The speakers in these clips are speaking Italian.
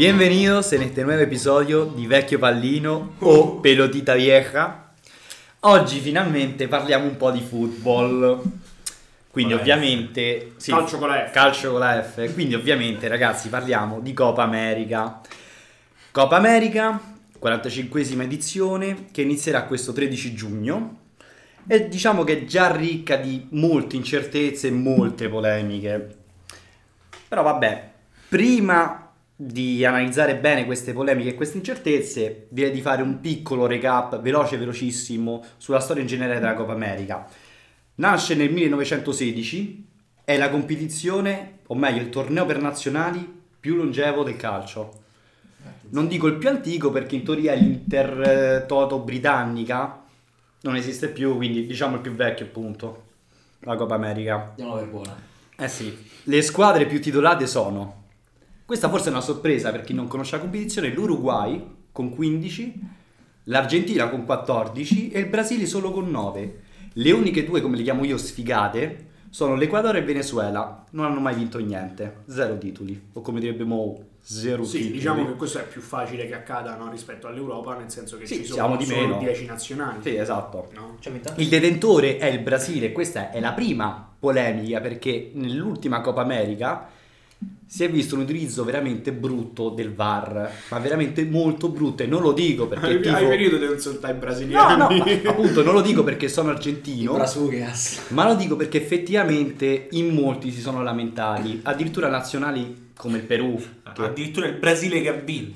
Bienvenidos en este nuevo episodio di Vecchio Pallino o Pelotita Vieja. Oggi finalmente parliamo un po' di football. Quindi ovviamente sì, calcio con la F. Calcio con la F. Quindi ovviamente ragazzi parliamo di Copa America. Copa America, 45esima edizione, che inizierà questo 13 giugno. E diciamo che è già ricca di molte incertezze e molte polemiche. Però vabbè, prima di analizzare bene queste polemiche e queste incertezze, direi di fare un piccolo recap velocissimo sulla storia in generale della Copa America. Nasce nel 1916, è la competizione, o meglio il torneo per nazionali più longevo del calcio. Non dico il più antico perché in teoria l'Intertoto britannica non esiste più, quindi diciamo il più vecchio appunto, la Copa America. Diamo per buona. Eh sì, le squadre più titolate sono, questa forse è una sorpresa per chi non conosce la competizione, l'Uruguay con 15, l'Argentina con 14 e il Brasile solo con 9. Le uniche due, come le chiamo io, sfigate sono l'Equador e il Venezuela. Non hanno mai vinto niente, 0 titoli, o come direbbe Mo, 0 sì, titoli. diciamo che questo è più facile che accada, no, rispetto all'Europa, nel senso che Sì, ci siamo sono di solo meno. 10 nazionali. Sì, esatto. No? Cioè, intanto... Il detentore è il Brasile, questa è la prima polemica perché nell'ultima Copa America si è visto un utilizzo veramente brutto del VAR, ma veramente molto brutto, e non lo dico perché Hai tifo... periodo di insultare i brasiliani. No, appunto non lo dico perché sono argentino, Brasugas. ma lo dico perché effettivamente in molti si sono lamentati, addirittura nazionali come il Perù. Che... Addirittura il Brasile che ha vinto.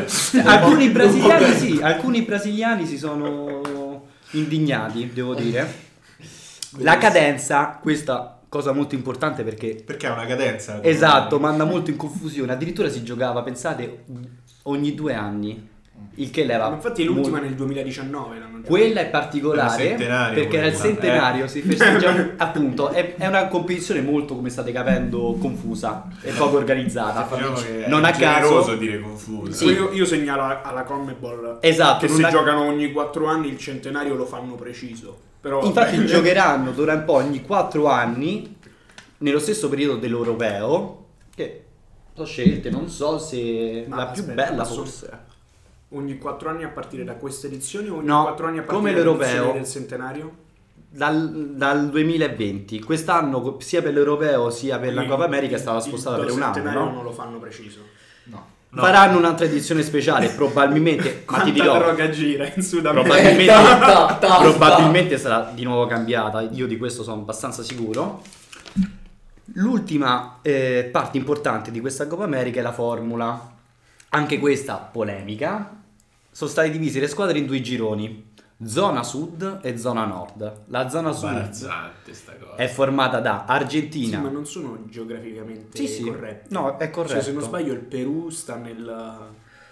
alcuni brasiliani si sono indignati, devo dire. La cadenza, questa cosa molto importante perché Perché ha una cadenza. esatto, manda molto in confusione. Addirittura si giocava, pensate, ogni 2 anni. Il che leva. Ma infatti l'ultima nel 2019 l'hanno già. Quella è particolare Era il centenario, perché era il quella. centenario, si festeggia appunto. È una competizione molto, come state capendo, confusa e poco organizzata. Diciamo che Non è a generoso caso. dire confuso. Sì. Io segnalo alla Conmebol Esatto, che non se a- giocano ogni 4 anni il centenario lo fanno preciso. Però Infatti giocheranno d'ora in poi ogni 4 anni nello stesso periodo dell'Europeo, che sono scelte, non so se Ma la più aspetta, bella posso- forse. ogni 4 anni a partire da questa edizione o ogni No, 4 anni a come partire dall'edizione l'Europeo. del centenario? Dal 2020, quest'anno sia per l'Europeo sia per la Copa America è stata spostata per un anno, centenario no? non lo fanno preciso. No. No. Faranno un'altra edizione speciale, probabilmente, ma ti Quanta dirò, droga gira in Sud America? probabilmente, probabilmente sarà di nuovo cambiata, io di questo sono abbastanza sicuro. L'ultima parte importante di questa Copa America è la formula, anche questa polemica. Sono state divise le squadre in 2 gironi, zona sud e zona nord. La zona sud Imbarazzante sta cosa. è formata da Sì, Argentina. ma non sono geograficamente Sì, corretti. no, è corretto. Cioè, se non sbaglio il Perù sta nella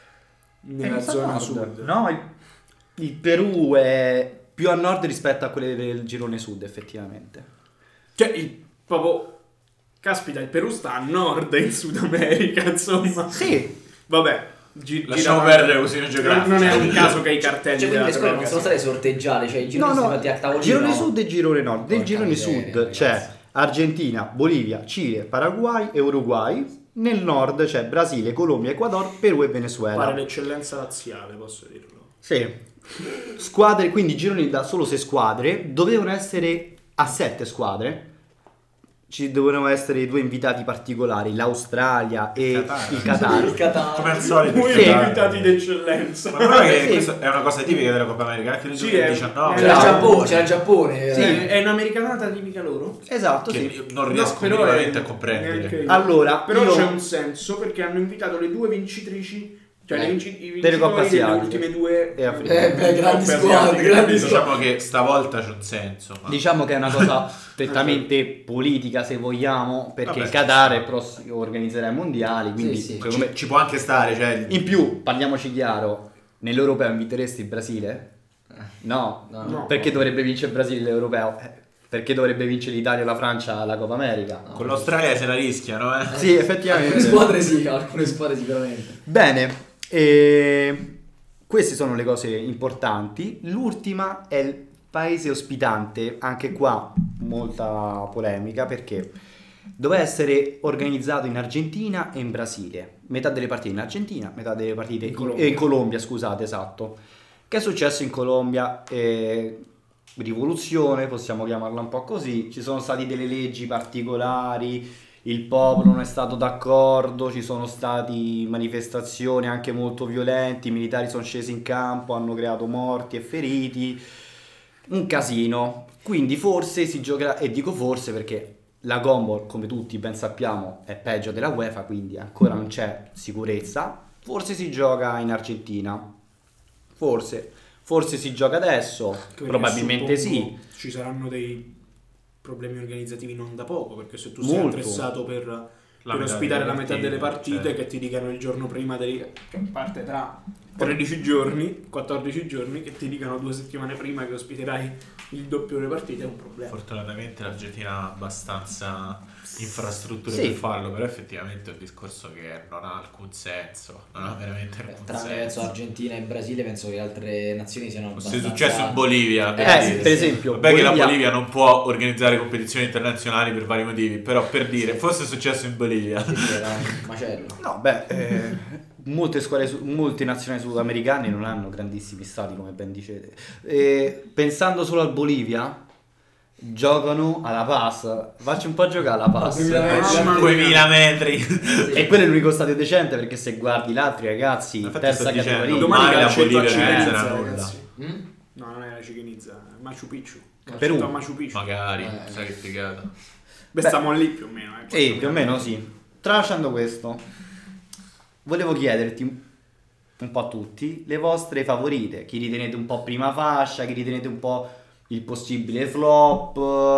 zona nord. sud. No, il Perù è più a nord rispetto a quelle del girone sud, effettivamente. Cioè, proprio... Caspita, il Perù sta a nord in Sud America, insomma. Sì, Vabbè, Lasciamo gira- perdere così geografica. Non è un caso che i cartelli Cioè, quindi le squadre non droga sono state sorteggiate, cioè i gironi no, sono no, fatti a tavolino. girone sud e girone nord. Del Porca girone miseria, sud ragazzi. c'è Argentina, Bolivia, Cile, Paraguay e Uruguay. Nel nord c'è Brasile, Colombia, Ecuador, Perù e Venezuela. Pare l'eccellenza laziale, posso dirlo. Sì. Squadre, quindi gironi da solo 6 squadre, dovevano essere a 7 squadre. Ci dovevano essere 2 invitati particolari, l'Australia e il Qatar. Il Qatar. Come al solito. Due Sì. invitati d'eccellenza. Ma guarda che Sì. questa è una cosa tipica della Coppa America, anche nel Sì, 2019. C'era il Bravo. Giappone, c'era il Giappone. Sì. È un'americanata tipica loro? Esatto, Che sì. io non riesco però minimamente è- a comprendere. neanche io. Allora, Però io- c'è un senso perché hanno invitato le 2 vincitrici, cioè i delle vincitori Coppe delle asiatiche. ultime 2 E africane. Beh, grandi Coppe squadre, asiatiche. grandi squadre. Diciamo che stavolta c'è un senso. Ma... Diciamo che è una cosa prettamente politica, se vogliamo, perché Vabbè, il Qatar è prossimo organizzerà i mondiali, quindi Sì, sì. secondo me- ci può anche stare, cioè... in più, parliamoci chiaro, nell'Europeo inviteresti il Brasile? No, No. perché dovrebbe vincere il Brasile l'Europeo? Perché dovrebbe vincere l'Italia o la Francia alla Copa America? Con l'Australia se la rischiano, eh. Sì, effettivamente. Alcune squadre sicuramente. Bene, queste sono le cose importanti. L'ultima è il paese ospitante, anche qua molta polemica perché doveva essere organizzato in Argentina e in Brasile, metà delle partite in Argentina, metà delle partite in Colombia, scusate, esatto. Che è successo in Colombia? Rivoluzione, possiamo chiamarla un po' così, ci sono state delle leggi particolari, il popolo non è stato d'accordo, ci sono stati manifestazioni anche molto violenti, i militari sono scesi in campo, hanno creato morti e feriti, un casino. Quindi forse si giocherà, e dico forse perché la Conmebol, come tutti ben sappiamo, è peggio della UEFA, quindi ancora non c'è sicurezza. Forse si gioca in Argentina, forse si gioca adesso, probabilmente sì. Ci saranno dei problemi organizzativi non da poco, perché se tu Molto. sei attrezzato per ospitare la metà delle partite, certo. che ti dicano il giorno prima che parte tra 13 giorni, 14 giorni, che ti dicano 2 settimane prima che ospiterai il doppio delle partite, è un problema. Fortunatamente l'Argentina ha abbastanza infrastrutture Sì. per farlo, però effettivamente è un discorso che non ha alcun senso, non ha veramente alcun Tranne senso. penso Argentina e Brasile, penso che altre nazioni siano Se abbastanza... è successo in Bolivia, Per esempio, vabbè che la Bolivia- Bolivia non può organizzare competizioni internazionali per vari motivi, però per dire, fosse successo in Bolivia. Sì, sì, era un macello. No, molte nazionali sudamericane non hanno grandissimi stati, come ben dicete. Pensando solo al Bolivia, giocano alla Paz. Faccio un po' giocare alla Paz. 2000 metri. E quello è l'unico stadio decente, perché se guardi gli altri ragazzi, Infatti terza sto dicendo, categoria. Domani mai la calcetto a Bolivia Cirenza, organizzerà nulla. ragazzi. Mm? No, non è la Cirenizza, è Machu Picchu. Perù. Calcetto a Machu Picchu. Magari, sai che figata. Beh, stiamo lì più o meno. Sì, più o meno sì. Tralasciando questo, volevo chiederti un po' a tutti le vostre favorite. Chi ritenete un po' prima fascia, chi ritenete un po' il possibile flop,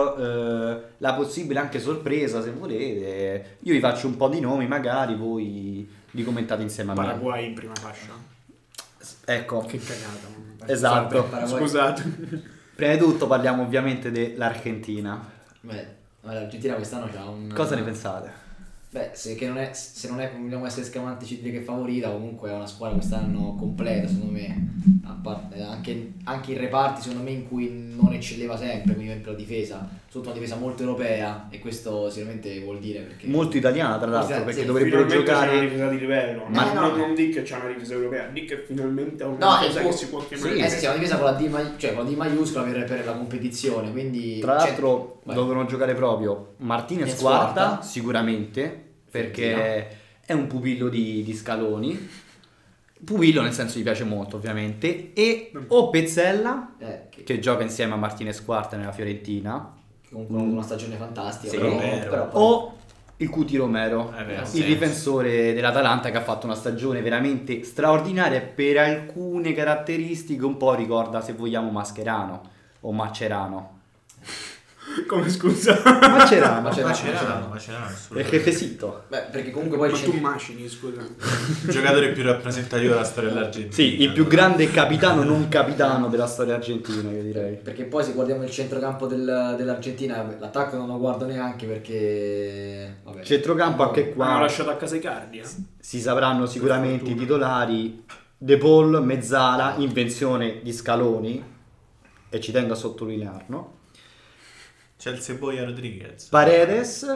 la possibile anche sorpresa se volete. Io vi faccio un po' di nomi, magari voi li commentate insieme a me. Paraguay in prima fascia. Ecco, Che cagata. esatto. Paraguay. Scusate. Prima di tutto parliamo ovviamente dell'Argentina. Beh, l'Argentina quest'anno c'ha un... Cosa ne pensate? Beh, se non è, vogliamo essere scamantici dire che favorita, comunque è una squadra quest'anno completa, secondo me. A parte, anche in reparti, secondo me, in cui non eccelleva sempre, quindi per la difesa, sotto una difesa molto europea, e questo sicuramente vuol dire perché... Molto italiana tra l'altro, Sì, perché sì, dovrebbero Finalmente c'è una giocare... difesa di livello. No, no. Non dico che c'è una difesa europea, dico che finalmente ha una No, difesa ecco, che si può chiamare. sì. sì, una difesa con la D maiuscola per la competizione, quindi... Tra l'altro vai. dovevano giocare proprio Martinez quarta, sicuramente, perché è un pupillo di Scaloni. Pupillo nel senso gli piace molto, ovviamente. E o Pezzella, che gioca insieme a Martinez quarta nella Fiorentina, comunque una stagione fantastica, Sì. però poi- o il Cuti Romero, beh, ha il senso. difensore dell'Atalanta, che ha fatto una stagione veramente straordinaria, per alcune caratteristiche un po' ricorda, se vogliamo, Mascherano o Macerano. Come scusa? Macerano, Macerano, perché Fesito. Beh, perché comunque poi Ma c'è... tu macini, scusa. il giocatore più rappresentativo della storia dell'Argentina. Sì, il più grande capitano non capitano della storia argentina, io direi. Perché poi se guardiamo il centrocampo dell'Argentina, l'attacco non lo guardo neanche perché... Vabbè. Centrocampo anche Hanno qua lasciato a casa i cardi. si sapranno sicuramente i titolari. De Paul, mezzala, invenzione di Scaloni, e ci tengo a sottolinearlo. C'è il Cebolla Rodriguez. Paredes,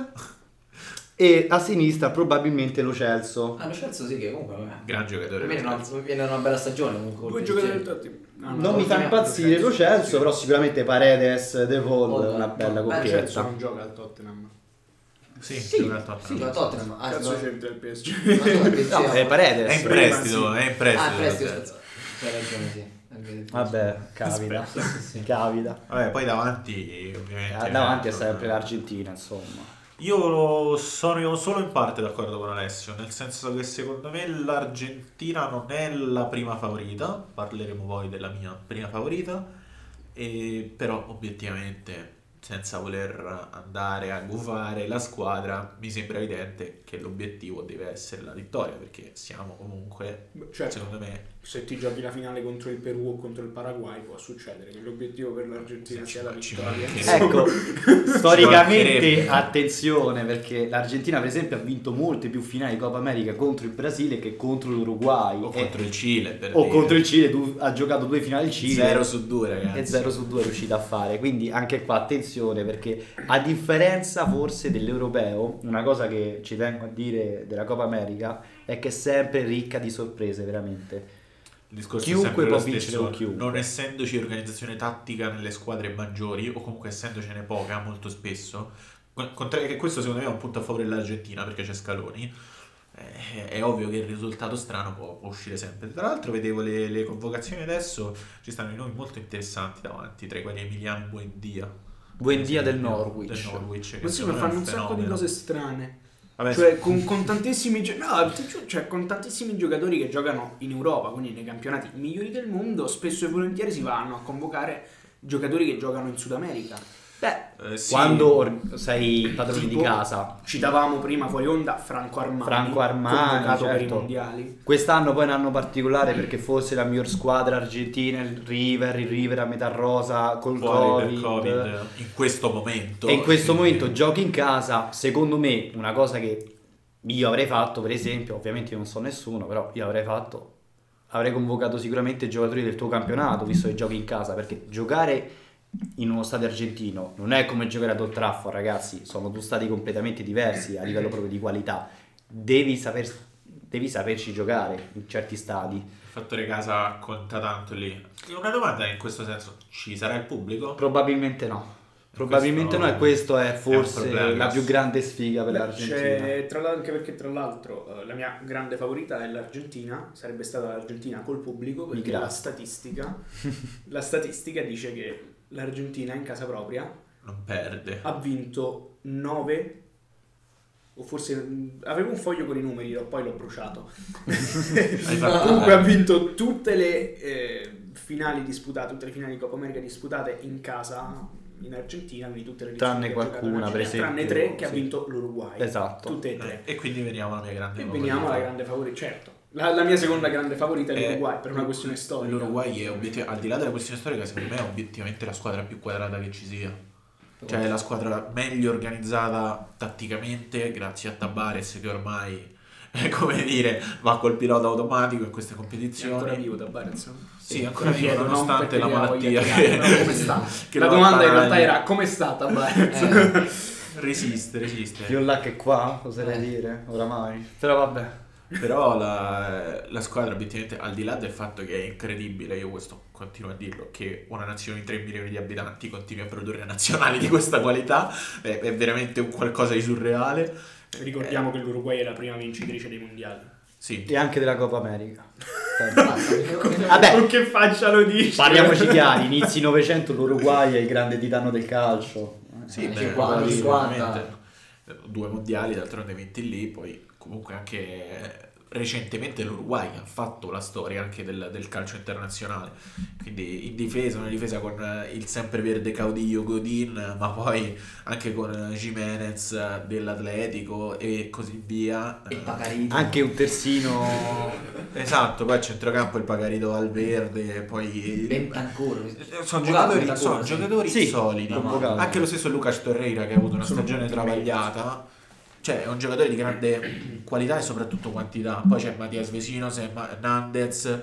e a sinistra probabilmente Lo Celso. Lo Celso sì che comunque... Vabbè. Gran giocatore. Viene una bella stagione comunque. Due giocatori del Totti. Non mi fa impazzire Lo Celso, però sicuramente Paredes, De Paul, una bella Celso coppietta. non gioca al Tottenham. Sì, gioca al Tottenham. Sì, la Tottenham. Cazzo c'entra il PSG? No, è Paredes. È in prestito, è in prestito. prestito. Celso. Hai ragione, sì. Vabbè, capita. Capita. Vabbè, poi davanti ovviamente. Davanti è sempre l'Argentina, insomma. Io sono solo in parte d'accordo con Alessio, nel senso che secondo me l'Argentina non è la prima favorita, parleremo poi della mia prima favorita, però obiettivamente, senza voler andare a gufare la squadra, mi sembra evidente che l'obiettivo deve essere la vittoria, perché siamo comunque, Certo, secondo me, se ti giochi la finale contro il Perù o contro il Paraguay può succedere che l'obiettivo per l'Argentina sia la ci vittoria. mancherebbe. Ecco, storicamente mancherebbe. attenzione, perché l'Argentina per esempio ha vinto molte più finali di Coppa America contro il Brasile che contro l'Uruguay o contro il Cile, per o dire. contro il Cile. Ha giocato 2 finali il Cile 0 su 2, ragazzi. e 0 su 2 è riuscito a fare, quindi anche qua attenzione. selezione, perché a differenza forse dell'Europeo, una cosa che ci tengo a dire della Coppa America è che è sempre ricca di sorprese, veramente. Il discorso è Chiunque sempre può lo vincere stesso, con chiunque. non essendoci organizzazione tattica nelle squadre maggiori, o comunque essendocene poca molto spesso, che questo secondo me è un punto a favore dell'Argentina perché c'è Scaloni, è ovvio che il risultato strano può uscire sempre. Tra l'altro vedevo le convocazioni adesso, ci stanno dei nomi molto interessanti davanti, tra i quali Emiliano Buendia. Buendia del Norwich. Che Ma sì, ma secondo me è fanno un sacco di fenomeno. cose strane. Vabbè, Cioè, con tantissimi con tantissimi giocatori che giocano in Europa, quindi nei campionati migliori del mondo, spesso e volentieri si vanno a convocare giocatori che giocano in Sud America. Beh, sì. Quando sei padrone di tipo, casa. citavamo prima fuori onda Franco Armani, convocato per i certo. mondiali. Quest'anno poi è un anno particolare perché forse la miglior squadra argentina, il River a metà rosa col fuori per Covid. Covid in questo momento. E in questo quindi- momento giochi in casa. Secondo me una cosa che io avrei fatto, per esempio, ovviamente io non so nessuno, però io avrei convocato sicuramente i giocatori del tuo campionato, visto che giochi in casa, perché giocare in uno stadio argentino non è come giocare ad Old Trafford, ragazzi, sono due stadi completamente diversi a livello proprio di qualità. Devi saperci giocare in certi stadi. Il fattore casa conta tanto lì. Una domanda in questo senso, ci sarà il pubblico? Probabilmente no. Probabilmente no, e questo è forse problema. la più grande sfiga per Beh, l'Argentina. anche perché tra l'altro la mia grande favorita è l'Argentina, sarebbe stata l'Argentina col pubblico, perché Migra. la statistica dice che l'Argentina in casa propria Non perde. ha vinto 9, o forse avevo un foglio con i numeri, poi l'ho bruciato. Comunque ha vinto tutte le finali disputate, tutte le finali di Coppa America disputate in casa in Argentina, quindi tutte le Tranne edizioni che ha giocato in qualcuna, per Argentina, esempio, tranne 3 che ha sì. vinto l'Uruguay. Esatto. Tutte e 3. E quindi veniamo alla mia grande E favorita. veniamo alla grande favorita, certo. La mia seconda grande favorita è l'Uruguay, per una questione storica. L'Uruguay è al di là della questione storica, secondo me è obiettivamente la squadra più quadrata che ci sia. Cioè è la squadra meglio organizzata tatticamente, grazie a Tabares che ormai, come dire, va col pilota automatico in queste È competizioni. ancora vivo da Barez? Sì, ancora vivo, Chiedo, non nonostante perché la ne voglia malattia di che, tirare, no, come sta? che La lo domanda in attaglia. realtà era come è stata Barez? Resiste. Io là che qua, oserei dire, oramai. Però vabbè. Però la squadra obiettivamente, al di là del fatto che è incredibile, io questo continuo a dirlo, che una nazione di 3 milioni di abitanti continui a produrre nazionali di questa qualità, è veramente un qualcosa di surreale. Ricordiamo che l'Uruguay è la prima vincitrice dei mondiali. Sì, E anche della Coppa America. Vabbè, Vabbè, Con che faccia lo dici? parliamoci chiari, inizi Novecento l'Uruguay è il grande titano del calcio. sì, anni beh, 50, sicuramente 2 mondiali, d'altronde vinti lì, poi comunque anche recentemente l'Uruguay ha fatto la storia anche del calcio internazionale, quindi in difesa, una difesa con il sempreverde caudillo Godin, ma poi anche con Jiménez dell'Atletico e così via. e Pacarito. Anche un terzino. Esatto, poi a centrocampo il Pagarito Valverde, poi Bentancur. sono Convocato giocatori, Bentancur, sì. giocatori Sì, solidi. convocato. Anche lo stesso Lucas Torreira che ha avuto una stagione travagliata, cioè è un giocatore di grande qualità e soprattutto quantità. Poi c'è Matias Vecinos e Nandez.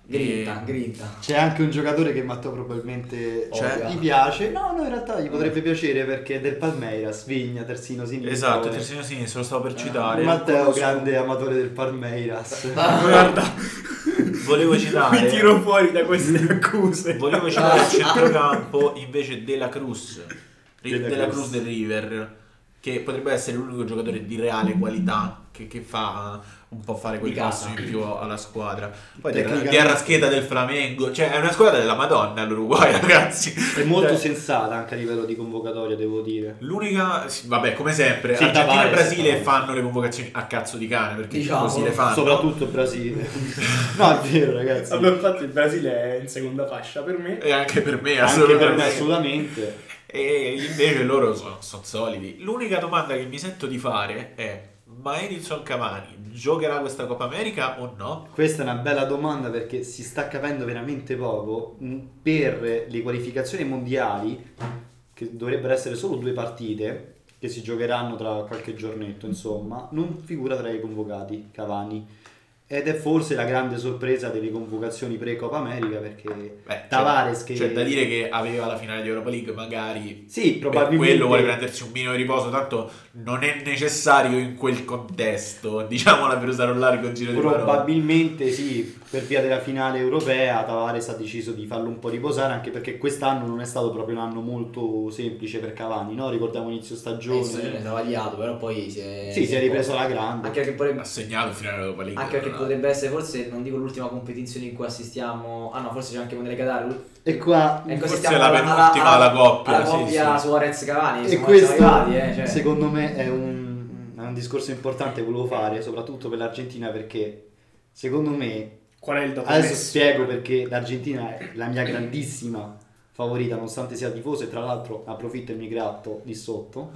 Grinta. C'è anche un giocatore che Matteo probabilmente Cioè? gli piace. No, in realtà gli potrebbe piacere perché è del Palmeiras, Vigna, terzino sinistro. Esatto, terzino sinistro, lo stavo per citare. Matteo, Conosco- grande amatore del Palmeiras. Guarda, Volevo citare. mi tiro fuori da queste accuse. Volevo citare a centrocampo invece Dela Cruz. Dela Dela Cruz. Cruz del River, che potrebbe essere l'unico giocatore di reale qualità che fa un po' fare quel Di passo casa. in più alla squadra. Poi Tecnicamente- di Arrascheta del Flamengo, cioè è una squadra della Madonna l'Uruguay, ragazzi. È molto Cioè, sensata anche a livello di convocatoria, devo dire. l'unica, sì, vabbè, come sempre, Sì, Argentina e Tavares, Brasile Tavares. fanno le convocazioni a cazzo di cane, perché Diciamo, così le fanno. Soprattutto il Brasile. No, è vero, ragazzi. Vabbè, infatti il Brasile è in seconda fascia per me. E anche per me, Anche per me assolutamente. assolutamente. E invece loro sono solidi. L'unica domanda che mi sento di fare è: ma Edinson Cavani giocherà questa Coppa America o no? Questa è una bella domanda perché si sta capendo veramente poco. Per le qualificazioni mondiali, che dovrebbero essere solo 2 partite, che si giocheranno tra qualche giornetto, insomma, non figura tra i convocati Cavani. ed è forse la grande sorpresa delle convocazioni pre-Copa America, perché Tavares c'è da dire che aveva la finale di Europa League, magari sì, probabilmente per quello vuole prendersi un minimo di riposo, tanto non è necessario in quel contesto, diciamola per usare un largo giro di parole. Probabilmente sì, per via della finale europea Tavares ha deciso di farlo un po' riposare, anche perché quest'anno non è stato proprio un anno molto semplice per Cavani, no? Ricordiamo inizio stagione. Sì, è travagliato, però poi si è ripreso alla grande. Anche perché ha segnato il finale dell'Europa League. Anche perché potrebbe essere, forse, non dico l'ultima competizione in cui assistiamo. Ah no, forse c'è anche Mondiale Qatar. E qua forse è la penultima alla coppia. La coppia Suarez Cavani. E questo secondo me è un discorso importante che volevo fare, soprattutto per l'Argentina, perché secondo me qual è il dopo adesso Messi? spiego perché l'Argentina è la mia grandissima favorita, nonostante sia tifoso, e tra l'altro approfitto e mi gratto lì sotto.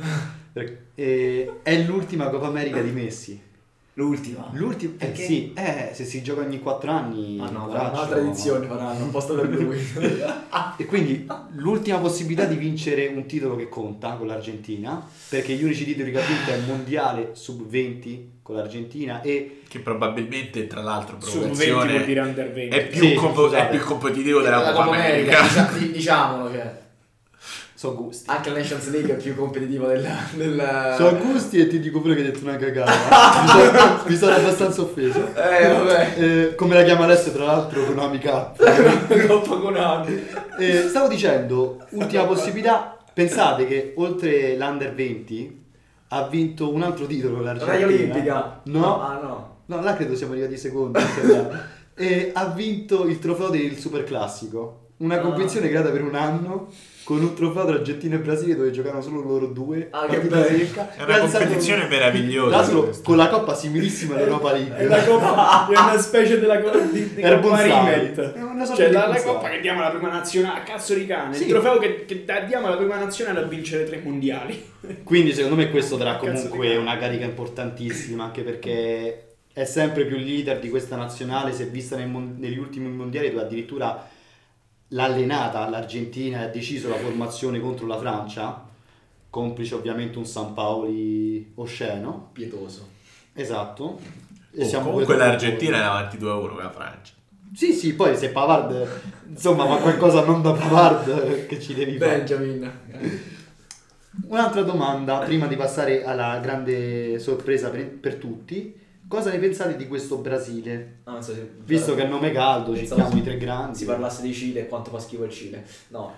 È l'ultima Copa America di Messi. L'ultima? Sì, se si gioca ogni 4 anni. Ma no, faranno una tradizione, faranno un posto per lui. E quindi l'ultima possibilità di vincere un titolo che conta con l'Argentina, perché gli unici titoli che ha vinto è il mondiale sub-20 con l'Argentina, e che probabilmente, tra l'altro, sub-20 vuol dire under 20. è più competitivo della Copa America. Diciamolo che so gusti. anche la Nations League è più competitivo del... So gusti, e ti dico pure che hai detto una cagata. mi sono abbastanza offeso. Vabbè. Come la chiama adesso, tra l'altro, Konami Coppa Konami. Stavo dicendo, ultima possibilità. Pensate che oltre l'Under 20 ha vinto un altro titolo l'Argentina. Radio Olimpica. No. Ah no. No, là credo siamo arrivati secondi. E ha vinto il trofeo del Superclassico, una competizione creata per un anno, con un trofeo tra Argentina e Brasile dove giocano solo loro due. Che bello. È una competizione meravigliosa. Tra l'altro con la coppa similissima all'Europa League. È la coppa, è una specie della Coppa di Coppa Rimet. È una sorta Cioè di la bonsai. coppa che diamo alla prima nazionale, a cazzo di cane. Sì. Il trofeo che diamo alla prima nazionale a vincere 3 mondiali. Quindi secondo me questo darà Cazzo di comunque cane. una carica importantissima, anche perché è sempre più leader di questa nazionale. Si è vista negli ultimi mondiali, dove addirittura l'ha allenata l'Argentina e ha deciso la formazione contro la Francia, complice ovviamente un Sampaoli osceno. Pietoso. Esatto. Comunque l'Argentina è avanti 2-1 con la Francia. Sì, poi se Pavard insomma fa qualcosa non da Pavard, che ci devi fare. Benjamin. Un'altra domanda prima di passare alla grande sorpresa per tutti: cosa ne pensate di questo Brasile? Non so se... Visto che è nome caldo, Pensavo citiamo i tre grandi. si parlasse di Cile e quanto fa schifo il Cile. No.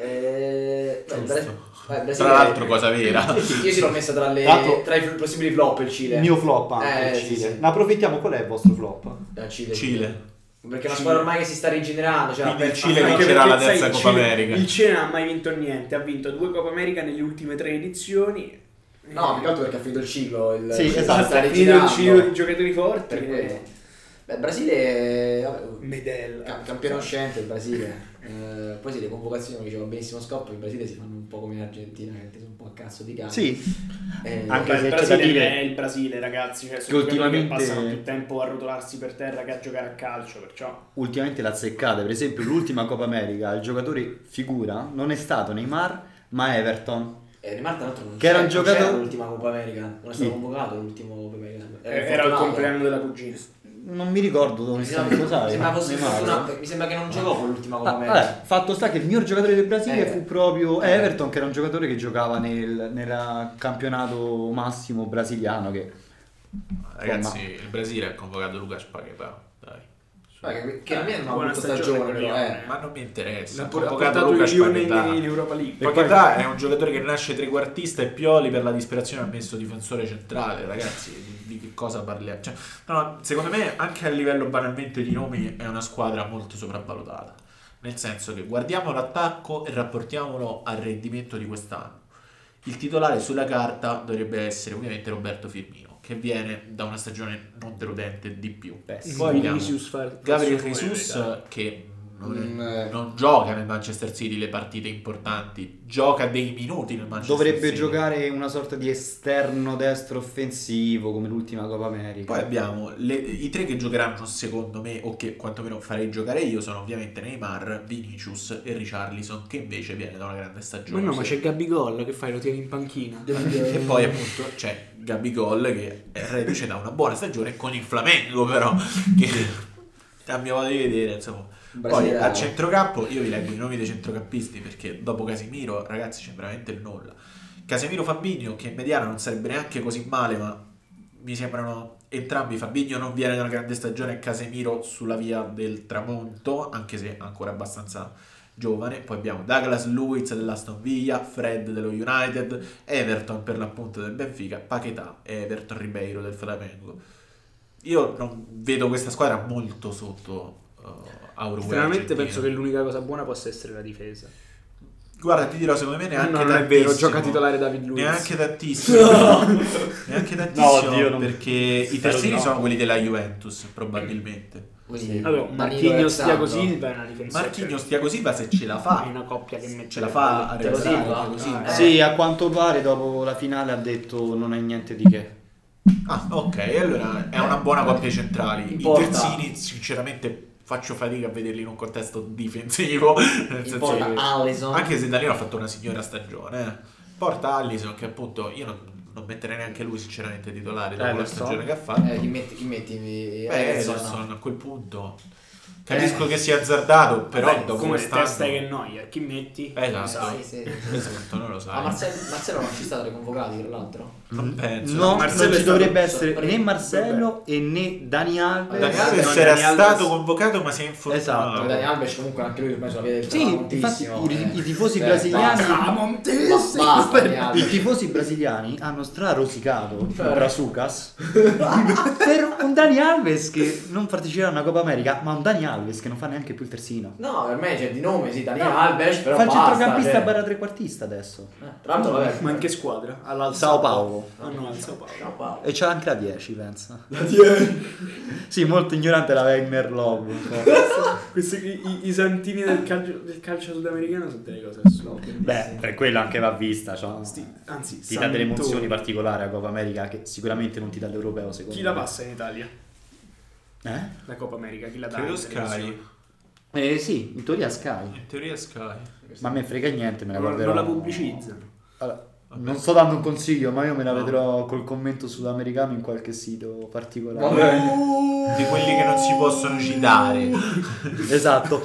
Tra l'altro, cosa vera. Io sì l'ho messa tra i possibili flop il Cile. Il mio flop anche il Cile. Sì. Ne approfittiamo, qual è il vostro flop? Cile. Perché è una squadra ormai che si sta rigenerando. Cioè Quindi il Cile vincerà la terza Coppa America. Il Cile non ha mai vinto niente, ha vinto 2 Coppa America nelle ultime 3 edizioni. No, più che altro perché ha finito il ciclo. Sì, esatto. sta Ha finito il rigenerando. ciclo di giocatori forti. Per quello. Beh, Brasile, vabbè, Medella. campione uscente il Brasile. Poi sì, le convocazioni, come diceva benissimo Scoppo, in Brasile si fanno un po' come in Argentina, che sono un po' a cazzo di cane. Sì, anche Il se c'è da Brasile dire è il Brasile, ragazzi, cioè, che ultimamente passano più tempo a rotolarsi per terra che a giocare a calcio, perciò ultimamente l'ha azzeccata. Per esempio l'ultima Coppa America, il giocatore figura non è stato Neymar ma Everton. Neymar tra l'altro Che era un giocatore- c'era l'ultima Coppa America, non è stato convocato l'ultimo Coppa America. era il compleanno della cugina. Non mi ricordo dove sta, lo sai. Mi sembra che non giocò con l'ultima Coppa America. Vabbè, fatto sta che il miglior giocatore del Brasile fu proprio Everton. Everton, che era un giocatore che giocava nel campionato massimo brasiliano, che Ragazzi, il Brasile ha convocato Lucas Paquetá, dai. Che a me non ha buona brutta stagione stagione, per però Lione. Ma non mi interessa. Ha Ha convocato portato Lucas il Lione Paquetá. in Europa League. Paquetá è un giocatore che nasce trequartista e Pioli per la disperazione ha messo difensore centrale, ragazzi, di che cosa parliamo? Cioè, no, secondo me anche a livello banalmente di nomi è una squadra molto sopravvalutata, nel senso che guardiamo l'attacco e rapportiamolo al rendimento di quest'anno. Il titolare sulla carta dovrebbe essere ovviamente Roberto Firmino, che viene da una stagione non deludente di più. Poi vediamo Gabriel Jesus, che non gioca nel Manchester City le partite importanti, gioca dei minuti nel Manchester dovrebbe City. giocare una sorta di esterno destro offensivo come l'ultima Coppa America. Poi abbiamo i 3 che giocheranno secondo me, o che quantomeno farei giocare io, sono ovviamente Neymar, Vinicius e Richarlison, che invece viene da una grande stagione. Ma no, ma c'è Gabigol, che fai? Lo tieni in panchina? E poi appunto c'è Gabigol, che è reduce da una buona stagione con il Flamengo, però che abbiamo da vedere, insomma. Poi a centrocampo io vi leggo i nomi dei centrocampisti, perché dopo Casemiro, ragazzi, c'è veramente il nulla. Casemiro, Fabinho, che in mediana non sarebbe neanche così male, ma mi sembrano entrambi. Fabinho non viene da una grande stagione, Casemiro sulla via del tramonto, anche se ancora abbastanza giovane. Poi abbiamo Douglas Luiz dell'Aston Villa, Fred dello United, Everton per l'appunto del Benfica, Paquetá e Everton Ribeiro del Flamengo. Io non vedo questa squadra molto sotto Uruguay. Veramente penso che l'unica cosa buona possa essere la difesa. Guarda, ti dirò, secondo me neanche non tantissimo. è vero, gioca titolare David Luiz. Neanche tantissimo. Neanche tantissimo, No, Dio, non- perché i terzini no. sono quelli della Juventus, probabilmente. Quindi, Allora, Danilo Marquinhos, e Thiago Alessandro. Silva è una difesa. Marquinhos, Thiago Silva, se ce la È fa, una coppia che mette ce la fa a Thiago realizzare Silva? Thiago Silva. Sì, a quanto pare dopo la finale ha detto non è niente di che. Ah, ok, allora è una buona coppia centrali. Importa. I terzini, sinceramente, faccio fatica a vederli in un contesto difensivo. Nel senso Importa che- Alisson. anche se Danilo ha fatto una signora stagione, porta Alisson, che appunto io non metterei neanche lui sinceramente titolare dopo lo la so. stagione che ha fatto. Chi metti Ederson, Ederson? a quel punto capisco che sia azzardato, però Vabbè, dopo come quest'anno testa che Neuer, chi metti? Esatto. Sai, sì. esatto, non lo sai. Marcelo non ci sta tra i convocati, tra l'altro. Non penso. No, Marcelo non è ci stato dovrebbe essere sorpreso. né Marcelo e né Dani Alves. Dani No, Alves Dani era Alves- stato convocato ma si è infortunato. Esatto. Dani Alves comunque anche lui ormai sulla via del Sì, infatti i tifosi brasiliani i tifosi brasiliani hanno strarosicato Brasucas per un Dani Alves che non parteciperà a una Coppa America, ma un Dani Alves che non fa neanche più il terzino. No, per me c'è di nome, sì, Dani Alves, però Fa il basta, centrocampista cioè. barra trequartista adesso. Tra l'altro, vabbè. Ma in che squadra? Sao Paulo. Ah no, al Sao Paulo. Ciao, Paolo. E c'è anche la 10, pensa. Sì, molto ignorante la Wagner Love. I santini del calcio sudamericano sono delle cose assurde. Beh, per quello anche va vista, cioè, Anzi, ti dà delle Santoni. emozioni particolari a Coppa America che sicuramente non ti dà l'europeo, secondo Chi me. la passa in Italia? Eh? La Coppa America, chi la dà? Credo in Sky. televisione? Sì, in teoria Sky. In teoria Sky. Ma a me frega niente, me la Non guarderò. la pubblicizzano. Allora, non sto dando un consiglio, ma io me la vedrò col commento sudamericano in qualche sito particolare. Di quelli che non si possono citare. Esatto.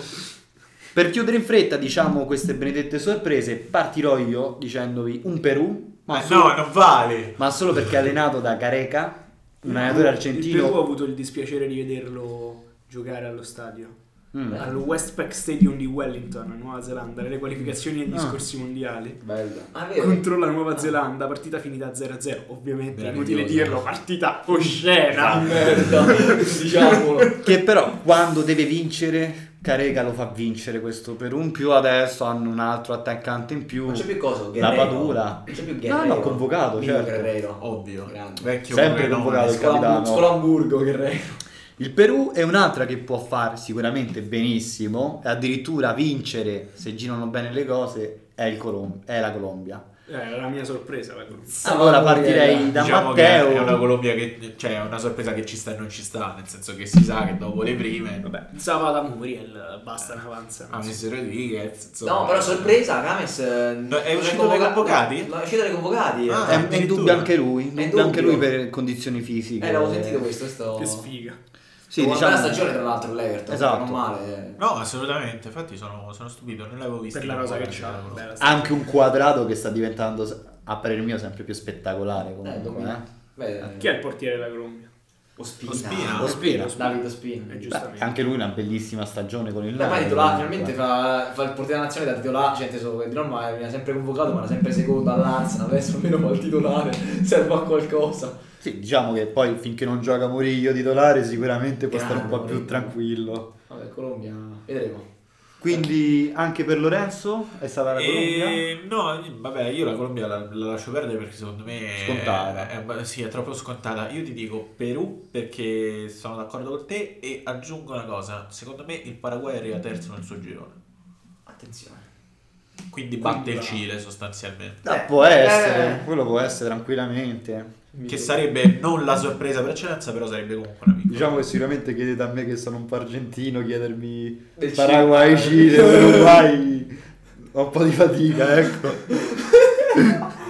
Per chiudere in fretta, diciamo, queste benedette sorprese, partirò io dicendovi un Perù, ma solo, No, non vale. ma solo perché è allenato da Careca, un allenatore Il Perù ho argentino. avuto il dispiacere di vederlo giocare allo stadio. Mm. Al Westpac Stadium di Wellington, Nuova Zelanda, nelle qualificazioni agli scorsi mondiali. Bello. Ah, vero? Contro la Nuova Zelanda, partita finita 0-0. Ovviamente, Meraviglioso. inutile dirlo, partita oscena. Merda, diciamolo. Che però quando deve vincere, Careca lo fa vincere questo Perù. In più adesso hanno un altro attaccante in più. Non c'è più cosa, La Guerrero. Padula. Non c'è più No, Guerrero. no, convocato, Mino certo. Guerrero. Ovvio. Grande. Vecchio Sempre Moreno. convocato il capitano. Scolamburgo Guerrero. Il Perù è un'altra che può fare sicuramente benissimo e addirittura vincere se girano bene le cose è la Colombia. Era la mia sorpresa. La Colombia. Allora partirei da Diciamo Matteo. che è una Colombia che, cioè, è una sorpresa che ci sta e non ci sta, nel senso che si sa che dopo le prime Vabbè, Zapata Muriel, basta, ne avanza. James Rodriguez, insomma. No, però sorpresa, James è uscito dai convocati? No, è uscito dai convocati. Ah, È in addirittura. dubbio anche lui, È in dubbio anche dubbio. lui per condizioni fisiche. L'avevo sentito questo. Che sfiga. Sì, Una diciamo. bella stagione tra l'altro l'Everton, Esatto. non male. No, assolutamente, infatti sono stupito, non l'avevo visto. Per la rosa che c'ha. Anche un quadrato che sta diventando, a parer mio, sempre più spettacolare comunque. domina. Beh, Chi è il portiere della Colombia? Ospina. Ospina. David Ospina. È Beh, giustamente. anche lui una bellissima stagione con il Beh, ma Napoli, titolare, comunque. finalmente fa il portiere nazionale da titolare, cioè inteso che di norma viene sempre convocato ma era sempre secondo all'Arsenal, adesso almeno fa il titolare, serve a qualcosa. Sì, diciamo che poi finché non gioca Murillo titolare sicuramente può stare un po' Grande più Murillo. tranquillo. Vabbè, Colombia, vedremo. Quindi anche per Lorenzo è stata la Colombia? No, vabbè, io la Colombia la lascio perdere perché secondo me Scontata. sì, è troppo scontata. Io ti dico Perù perché sono d'accordo con te e aggiungo una cosa, secondo me il Paraguay arriva terzo nel suo girone, Attenzione. quindi batte il Cile sostanzialmente, Può essere, quello può essere tranquillamente. che sarebbe non la sorpresa per eccellenza, però sarebbe comunque una piccola. Diciamo che sicuramente chiedete a me che sono un po' argentino, chiedermi Del Paraguay, Cile, Uruguay, ho un po' di fatica, ecco.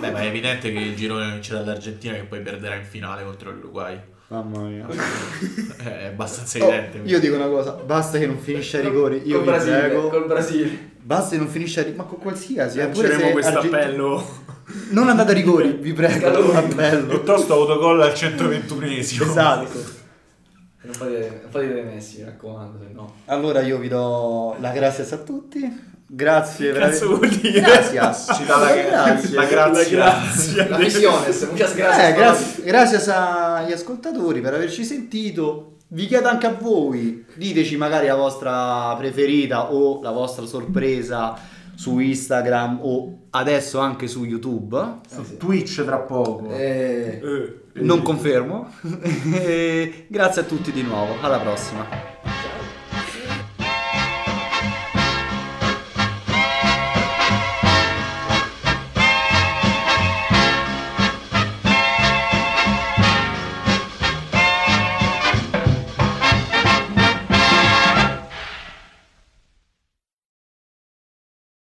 Beh, ma è evidente che il girone vince dall'Argentina, che poi perderà in finale contro l'Uruguay. Mamma mia. È abbastanza evidente. Io dico una cosa, basta che non finisce ai rigori. Io vi prego. Col Brasile. Basta che non finisce ai rigori, ma con qualsiasi. Lanceremo questo appello. Non andate a rigori, vi prego. Appello. Piuttosto autogol al 121esimo. Esatto. Non fate Messi, mi raccomando, se no. Allora io vi do la grazie a tutti. Grazie per Cazzo vuol dire? Grazie. Ci dà la grazia. La visiones, muchas gracias. Grazie agli ascoltatori per averci sentito. Vi chiedo anche a voi, diteci magari la vostra preferita o la vostra sorpresa su Instagram o adesso anche su YouTube. Su Twitch tra poco. Non confermo. Grazie a tutti di nuovo, alla prossima.